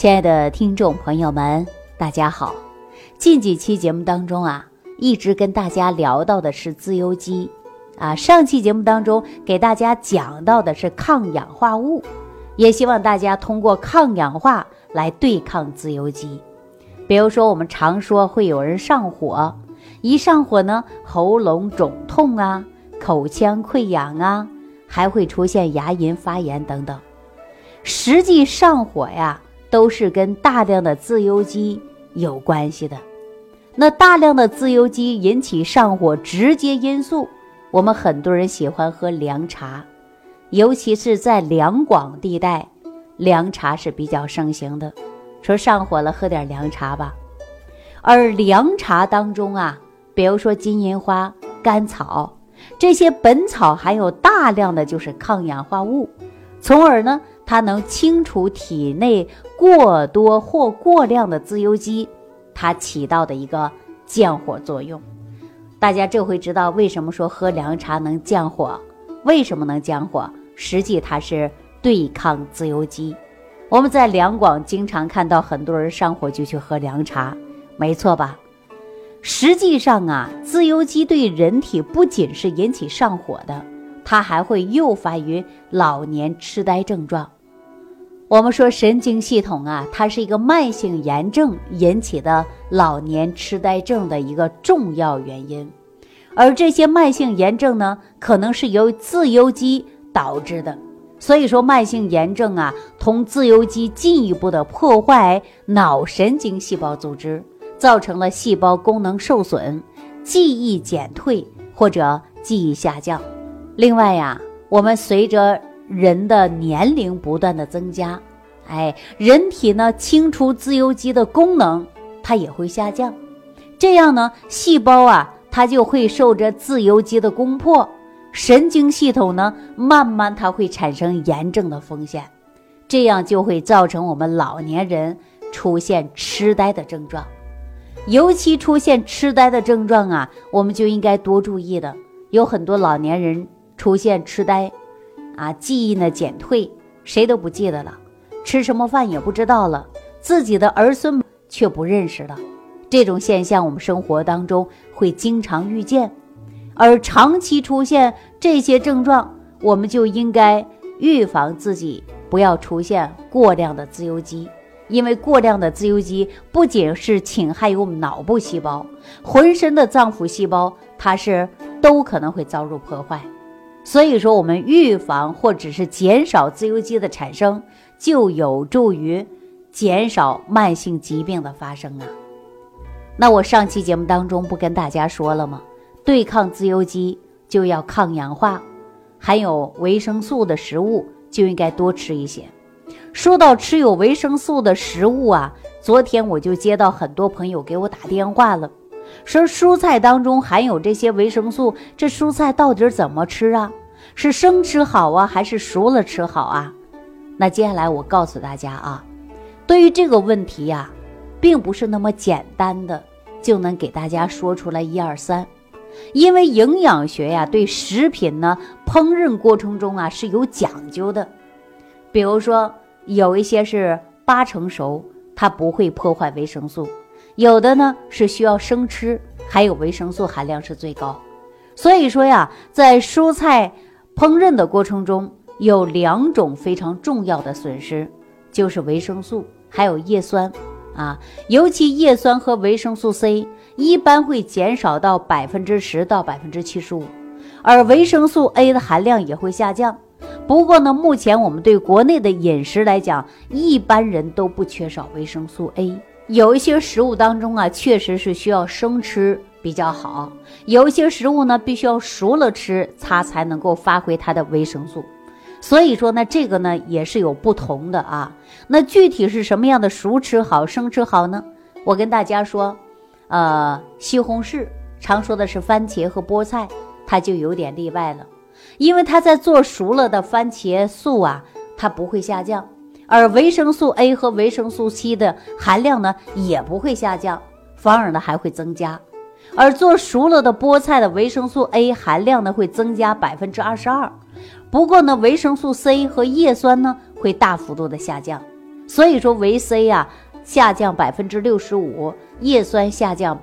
亲爱的听众朋友们，大家好。近几期节目当中一直跟大家聊到的是自由基上期节目当中给大家讲到的是抗氧化物，也希望大家通过抗氧化来对抗自由基。比如说我们常说会有人上火，一上火呢，喉咙肿痛口腔溃疡还会出现牙龈发炎等等。实际上火都是跟大量的自由基有关系的。那大量的自由基引起上火直接因素，我们很多人喜欢喝凉茶，尤其是在两广地带，凉茶是比较盛行的，说上火了喝点凉茶吧。而凉茶当中比如说金银花、甘草，这些本草含有大量的就是抗氧化物，从而呢它能清除体内过多或过量的自由基，它起到的一个降火作用。大家这回知道为什么说喝凉茶能降火，为什么能降火，实际它是对抗自由基。我们在两广经常看到很多人上火就去喝凉茶，没错吧？实际上自由基对人体不仅是引起上火的，它还会诱发于老年痴呆症状。我们说神经系统它是一个慢性炎症引起的老年痴呆症的一个重要原因，而这些慢性炎症呢，可能是由自由基导致的。所以说慢性炎症同自由基进一步的破坏脑神经细胞组织，造成了细胞功能受损，记忆减退或者记忆下降。另外我们随着人的年龄不断的增加，人体呢清除自由基的功能它也会下降，这样呢细胞它就会受着自由基的攻破，神经系统呢慢慢它会产生炎症的风险，这样就会造成我们老年人出现痴呆的症状。尤其出现痴呆的症状我们就应该多注意的，有很多老年人出现痴呆记忆呢减退，谁都不记得了，吃什么饭也不知道了，自己的儿孙却不认识了。这种现象我们生活当中会经常遇见，而长期出现这些症状，我们就应该预防自己不要出现过量的自由基。因为过量的自由基不仅是侵害于我们脑部细胞，浑身的脏腑细胞它都可能会遭入破坏。所以说我们预防或者是减少自由基的产生，就有助于减少慢性疾病的发生那我上期节目当中不跟大家说了吗？对抗自由基就要抗氧化，含有维生素的食物就应该多吃一些。说到吃有维生素的食物昨天我就接到很多朋友给我打电话了，说蔬菜当中含有这些维生素，这蔬菜到底怎么吃是生吃好还是熟了吃好那接下来我告诉大家对于这个问题并不是那么简单的就能给大家说出来1、2、3，因为营养学对食品呢烹饪过程中是有讲究的。比如说有一些是8成熟，它不会破坏维生素，有的呢是需要生吃，还有维生素含量是最高。所以说在蔬菜烹饪的过程中有2种非常重要的损失，就是维生素还有叶酸尤其叶酸和维生素 C 一般会减少到 10%到 75%， 而维生素 A 的含量也会下降。不过呢，目前我们对国内的饮食来讲，一般人都不缺少维生素 A。有一些食物当中确实是需要生吃比较好，有一些食物呢必须要熟了吃，它才能够发挥它的维生素。所以说呢，这个呢也是有不同的那具体是什么样的熟吃好、生吃好呢？我跟大家说，西红柿常说的是番茄和菠菜，它就有点例外了。因为它在做熟了的番茄素它不会下降，而维生素 A 和维生素 C 的含量呢也不会下降，反而呢还会增加。而做熟了的菠菜的维生素 A 含量呢会增加 22%， 不过呢维生素 C 和叶酸呢会大幅度的下降。 所以说维 C 啊下降65%，叶酸下降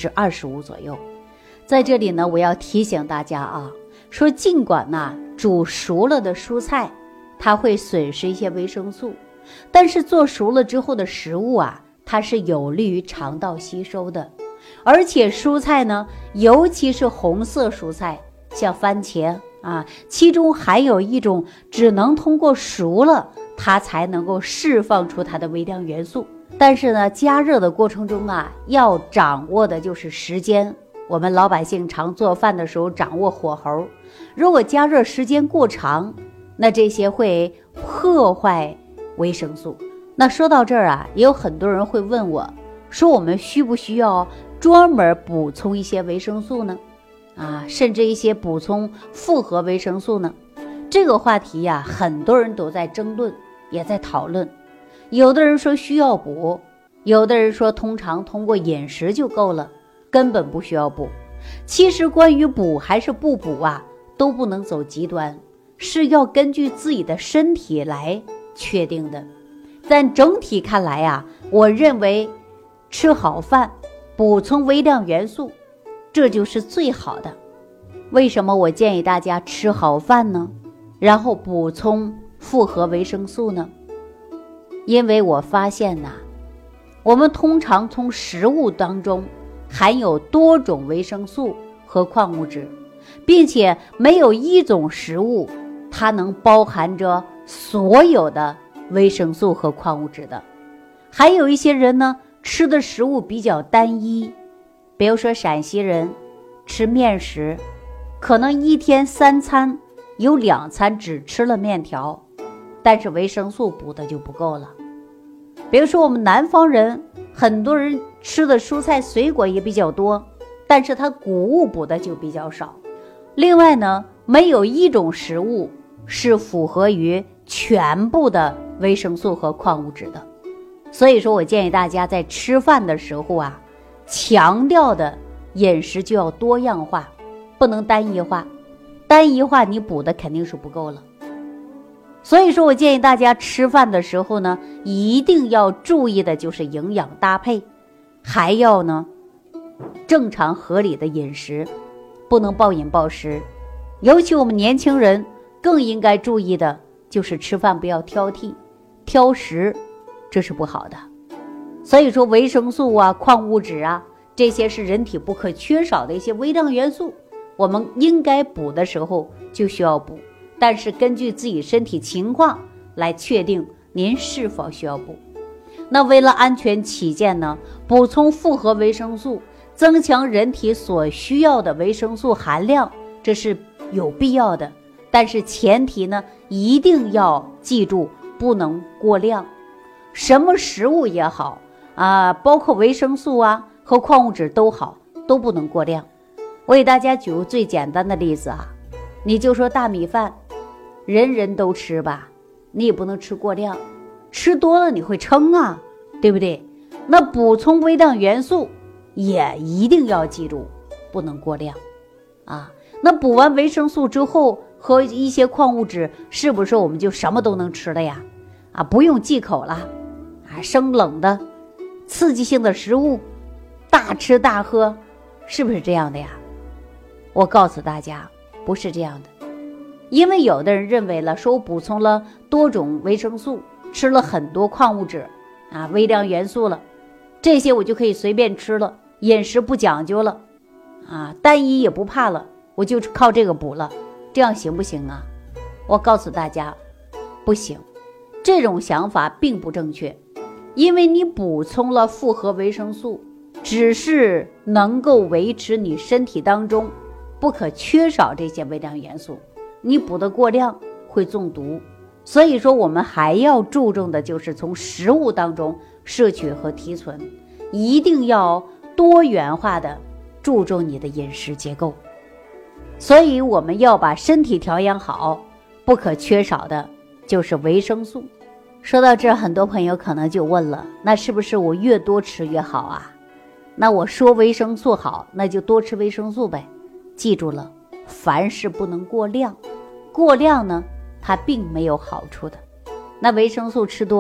25%左右。在这里呢，我要提醒大家啊，说尽管呢煮熟了的蔬菜它会损失一些维生素，但是做熟了之后的食物啊，它是有利于肠道吸收的。而且蔬菜呢，尤其是红色蔬菜，像番茄啊，其中含有一种只能通过熟了它才能够释放出它的微量元素。但是呢，加热的过程中啊，要掌握的就是时间。我们老百姓常做饭的时候掌握火候，如果加热时间过长，那这些会破坏维生素。那说到这儿啊，也有很多人会问我，说我们需不需要专门补充一些维生素呢？甚至一些补充复合维生素呢？这个话题呀，很多人都在争论，也在讨论。有的人说需要补，有的人说通常通过饮食就够了，根本不需要补。其实关于补还是不补啊，都不能走极端，是要根据自己的身体来确定的。但整体看来啊，我认为吃好饭，补充微量元素，这就是最好的。为什么我建议大家吃好饭呢？然后补充复合维生素呢？因为我发现我们通常从食物当中含有多种维生素和矿物质，并且没有一种食物它能包含着所有的维生素和矿物质的。还有一些人呢，吃的食物比较单一，比如说陕西人吃面食，可能一天3餐有2餐只吃了面条，但是维生素补的就不够了。比如说我们南方人，很多人吃的蔬菜水果也比较多，但是它谷物补的就比较少。另外呢，没有一种食物是符合于全部的维生素和矿物质的。所以说我建议大家在吃饭的时候啊，强调的饮食就要多样化，不能单一化。单一化你补的肯定是不够了。所以说我建议大家吃饭的时候呢，一定要注意的就是营养搭配，还要呢正常合理的饮食，不能暴饮暴食。尤其我们年轻人更应该注意的就是吃饭不要挑剔挑食，这是不好的。所以说维生素啊、矿物质啊，这些是人体不可缺少的一些微量元素，我们应该补的时候就需要补，但是根据自己身体情况来确定您是否需要补。那为了安全起见呢，补充复合维生素，增强人体所需要的维生素含量，这是有必要的。但是前提呢，一定要记住不能过量。什么食物也好包括维生素啊和矿物质都好，都不能过量。我给大家举个最简单的例子你就说大米饭，人人都吃吧，你也不能吃过量，吃多了你会撑对不对？那补充微量元素也一定要记住不能过量那补完维生素之后和一些矿物质，是不是我们就什么都能吃了呀？不用忌口了生冷的刺激性的食物大吃大喝，是不是这样的呀？我告诉大家不是这样的。因为有的人认为了，说我补充了多种维生素，吃了很多矿物质微量元素了，这些我就可以随便吃了，饮食不讲究了单一也不怕了，我就靠这个补了，这样行不行我告诉大家不行，这种想法并不正确。因为你补充了复合维生素，只是能够维持你身体当中不可缺少这些微量元素，你补的过量会中毒。所以说我们还要注重的就是从食物当中摄取和提纯，一定要多元化的注重你的饮食结构。所以我们要把身体调养好，不可缺少的就是维生素。说到这，很多朋友可能就问了，那是不是我越多吃越好那我说维生素好，那就多吃维生素呗。记住了，凡事不能过量，过量呢它并没有好处的。那维生素吃多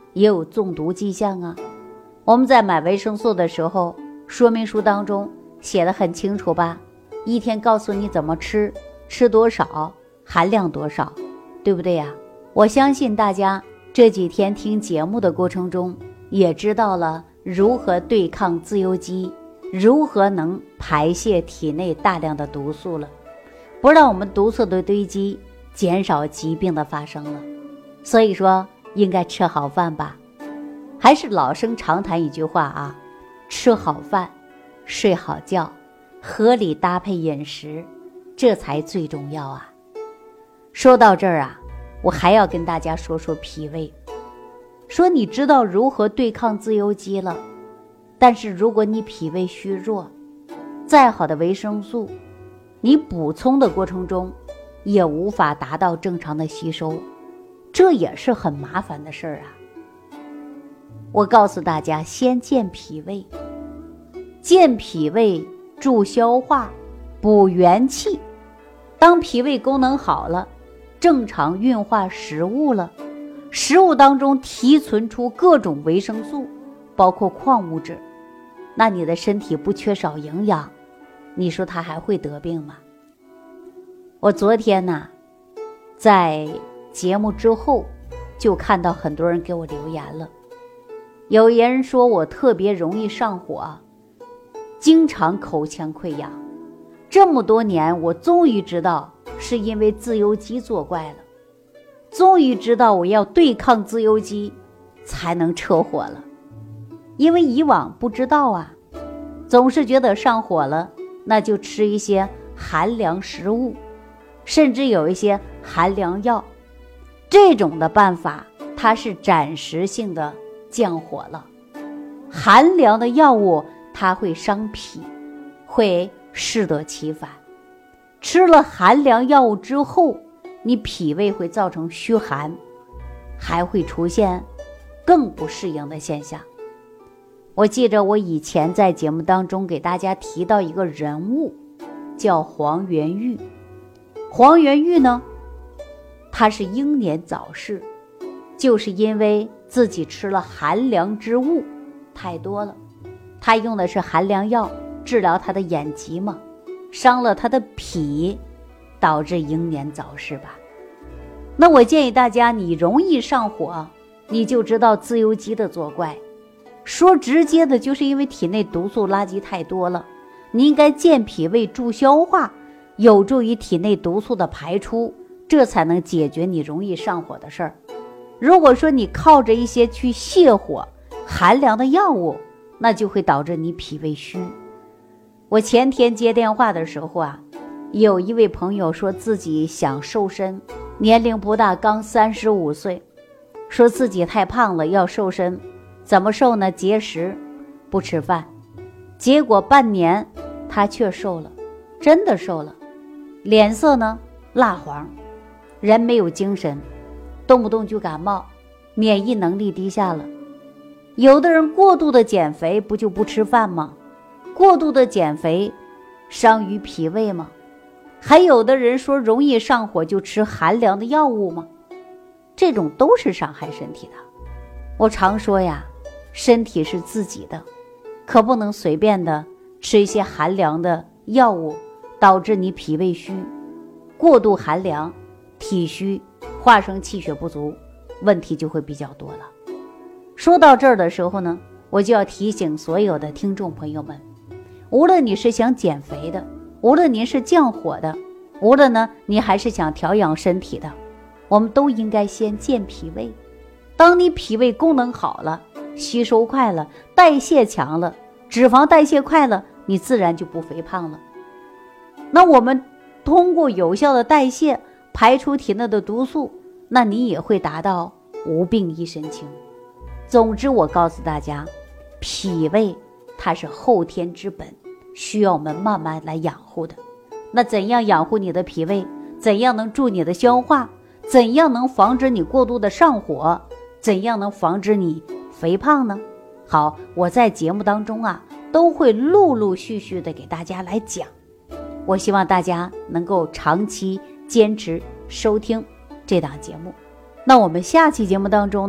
也有中毒迹象啊。我们在买维生素的时候，说明书当中写得很清楚吧，一天告诉你怎么吃，吃多少，含量多少，对不对呀？我相信大家这几天听节目的过程中，也知道了如何对抗自由基，如何能排泄体内大量的毒素了，不让我们毒素的堆积，减少疾病的发生了。所以说应该吃好饭吧。还是老生常谈一句话啊，吃好饭，睡好觉，合理搭配饮食，这才最重要啊。说到这儿啊，我还要跟大家说说脾胃。说你知道如何对抗自由基了，但是如果你脾胃虚弱，再好的维生素你补充的过程中也无法达到正常的吸收，这也是很麻烦的事儿啊。我告诉大家，先健脾胃，健脾胃助消化，补元气。当脾胃功能好了，正常运化食物了，食物当中提存出各种维生素，包括矿物质，那你的身体不缺少营养，你说他还会得病吗？我昨天呢，在节目之后就看到很多人给我留言了，有人说我特别容易上火，经常口腔溃疡，这么多年我终于知道是因为自由基作怪了，终于知道我要对抗自由基才能撤火了。因为以往不知道啊，总是觉得上火了，那就吃一些寒凉食物，甚至有一些寒凉药，这种的办法它是暂时性的降火了。寒凉的药物它会伤脾，会适得其反。吃了寒凉药物之后，你脾胃会造成虚寒，还会出现更不适应的现象。我记着我以前在节目当中给大家提到一个人物，叫黄元玉。黄元玉呢，他是英年早逝，就是因为自己吃了寒凉之物太多了，他用的是寒凉药治疗他的眼疾嘛，伤了他的脾，导致英年早逝吧。那我建议大家，你容易上火，你就知道自由基的作怪。说直接的，就是因为体内毒素垃圾太多了，你应该健脾胃助消化，有助于体内毒素的排出，这才能解决你容易上火的事儿。如果说你靠着一些去泻火寒凉的药物，那就会导致你脾胃虚。我前天接电话的时候啊，有一位朋友说自己想瘦身，年龄不大，刚35岁，说自己太胖了要瘦身，怎么瘦呢？节食，不吃饭。结果半年他却瘦了，真的瘦了，脸色呢蜡黄，人没有精神，动不动就感冒，免疫能力低下了。有的人过度的减肥不就不吃饭吗？过度的减肥伤于脾胃吗？还有的人说容易上火就吃寒凉的药物吗？这种都是伤害身体的。我常说呀，身体是自己的，可不能随便的吃一些寒凉的药物，导致你脾胃虚，过度寒凉，体虚，化生气血不足，问题就会比较多了。说到这儿的时候呢，我就要提醒所有的听众朋友们，无论你是想减肥的，无论您是降火的，无论呢你还是想调养身体的，我们都应该先健脾胃。当你脾胃功能好了，吸收快了，代谢强了，脂肪代谢快了，你自然就不肥胖了。那我们通过有效的代谢排出体内的毒素，那你也会达到无病一身轻。总之我告诉大家，脾胃它是后天之本，需要我们慢慢来养护的。那怎样养护你的脾胃？怎样能助你的消化？怎样能防止你过度的上火？怎样能防止你肥胖呢？好，我在节目当中啊，都会陆陆续续的给大家来讲。我希望大家能够长期坚持收听这档节目。那我们下期节目当中呢，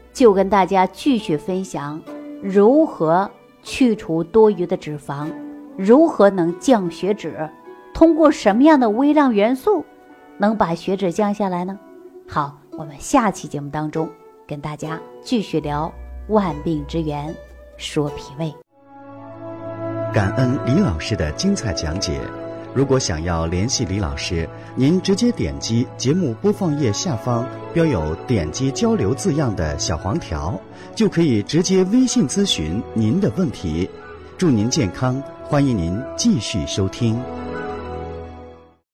就跟大家继续分享如何去除多余的脂肪，如何能降血脂，通过什么样的微量元素能把血脂降下来呢？好，我们下期节目当中跟大家继续聊万病之源，说脾胃。 感恩李老师的精彩讲解。如果想要联系李老师，您直接点击节目播放页下方标有点击交流字样的小黄条，就可以直接微信咨询您的问题。祝您健康，欢迎您继续收听。